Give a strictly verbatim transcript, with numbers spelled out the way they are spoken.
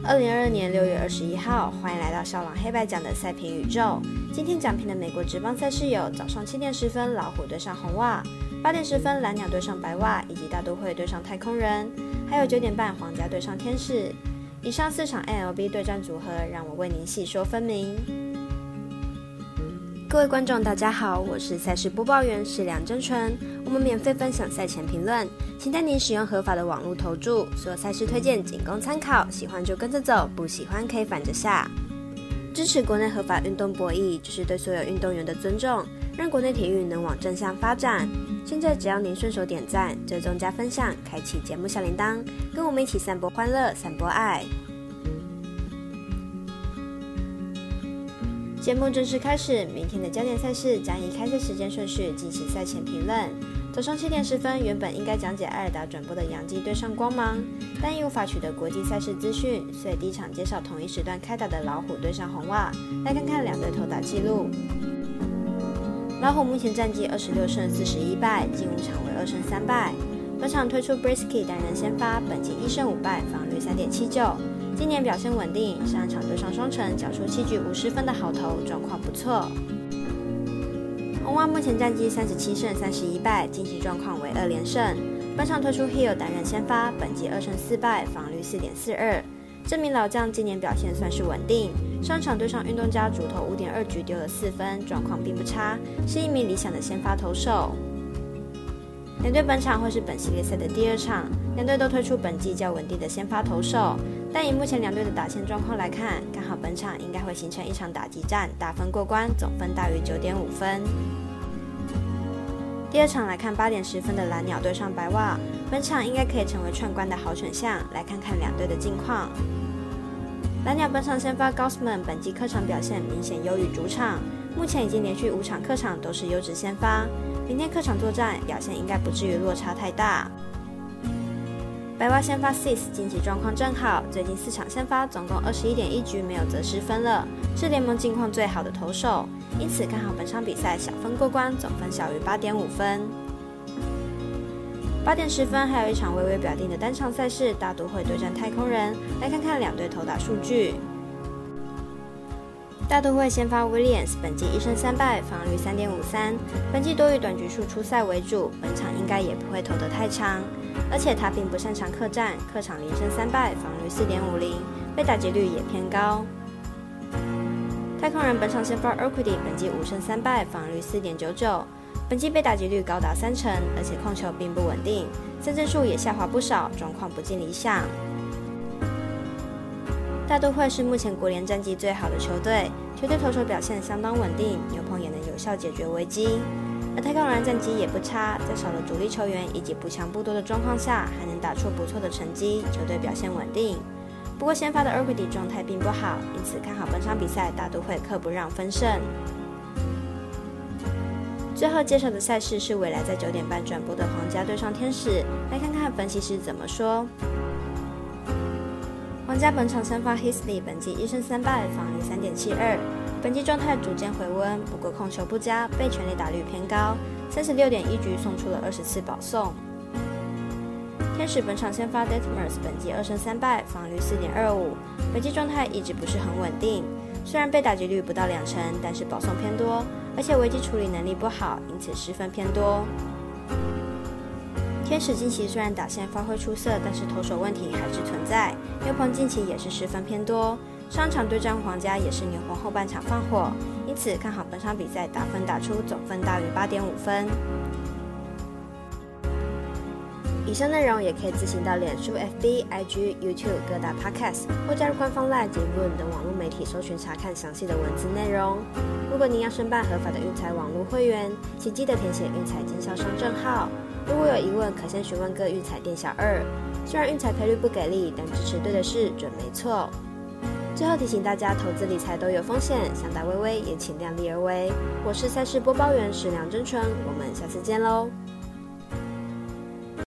二零二二年六月二十一号，欢迎来到少朗黑白奖的赛评宇宙。今天讲评的美国职棒赛事有早上七点十分老虎对上红袜，八点十分蓝鸟对上白袜，以及大都会对上太空人，还有九点半皇家对上天使。以上四场 M L B 对战组合，让我为您细说分明。各位观众大家好，我是赛事播报员石梁真纯，我们免费分享赛前评论，请带您使用合法的网络投注，所有赛事推荐仅供参考，喜欢就跟着走，不喜欢可以反着下。支持国内合法运动博弈，就是对所有运动员的尊重，让国内体育能往正向发展。现在只要您顺手点赞、追踪加分享，开启节目小铃铛，跟我们一起散播欢乐，散播爱。节目正式开始，明天的焦点赛事将以开赛时间顺序进行赛前评论。早上七点十分，原本应该讲解艾尔达转播的洋基对上光芒，但因无法取得国际赛事资讯，所以第一场介绍同一时段开打的老虎对上红袜。来看看两队投打记录。老虎目前战绩二十六胜四十一败，近五场为二胜三败。本场推出 Brisky 担任先发，本季一胜五败，防率 三点七九。今年表现稳定，上一场对上双城缴出七局无失分的好投，状况不错。红袜目前战绩三十七胜三十一败，近期状况为二连胜。本场推出 Hill 担任先发，本季二胜四败，防率 四点四二。这名老将今年表现算是稳定，上场对上运动家主投 五点二局丢了四分，状况并不差，是一名理想的先发投手。两队本场会是本系列赛的第二场，两队都推出本季较稳定的先发投手，但以目前两队的打线状况来看，刚好本场应该会形成一场打击战，大分过关，总分大于 九点五分。第二场来看八点十分的蓝鸟对上白袜，本场应该可以成为串关的好选项，来看看两队的近况。蓝鸟本场先发 Gausman 本季客场表现明显优于主场，目前已经连续五场客场都是优质先发，明天客场作战表现应该不至于落差太大。白袜先发 Sis 近期状况正好，最近四场先发总共 二十一点一局没有得失分了，是联盟近况最好的投手，因此看好本场比赛小分过关，总分小于 八点五分。八点十分还有一场微微表定的单场赛事，大都会对战太空人，来看看两队投打数据。大都会先发 Williams 本季一胜三败，防率 三点五三，本季多以短局数出赛为主，本场应该也不会投得太长，而且他并不擅长客战，客场零胜三败，防率 四点五零，被打击率也偏高。太空人本场先发 Urquidy 本季五胜三败，防率 四点九九，本季被打击率高达三成，而且控球并不稳定，三振数也下滑不少，状况不尽理想。大都会是目前国联战绩最好的球队，球队投手表现相当稳定，牛棚也能有效解决危机。而太空人战绩也不差，在少了主力球员以及不强不多的状况下，还能打出不错的成绩，球队表现稳定。不过先发的 Urquidy 状态并不好，因此看好本场比赛大都会客不让分胜。最后介绍的赛事是未来在九点半转播的皇家对上天使，来看看分析师怎么说。皇家本场先发 Heasley 本季一胜三败，防率 三点七二，本季状态逐渐回温，不过控球不佳，被全垒打率偏高， 三十六点一局送出了二十次保送。天使本场先发 Detmers 本季二胜三败，防率 四点二五，本季状态一直不是很稳定，虽然被打击率不到两成，但是保送偏多，而且危机处理能力不好，因此失分偏多。天使近期虽然打线发挥出色，但是投手问题还是存在，牛棚近期也是失分偏多，上场对战皇家也是牛棚后半场放火，因此看好本场比赛打分打出总分大于 八点五分。以上内容也可以自行到脸书、F B、I G、YouTube 各大 Podcast 或加入官方 LINE 及 Room 等网络媒体搜寻查看详细的文字内容。如果您要申办合法的运彩网络会员，请记得填写运彩经销商证号。如果有疑问，可先询问各运彩店小二。虽然运彩赔率不给力，但支持对的事准没错。最后提醒大家，投资理财都有风险，想打微微也请量力而为。我是赛事播报员石梁真纯，我们下次见喽。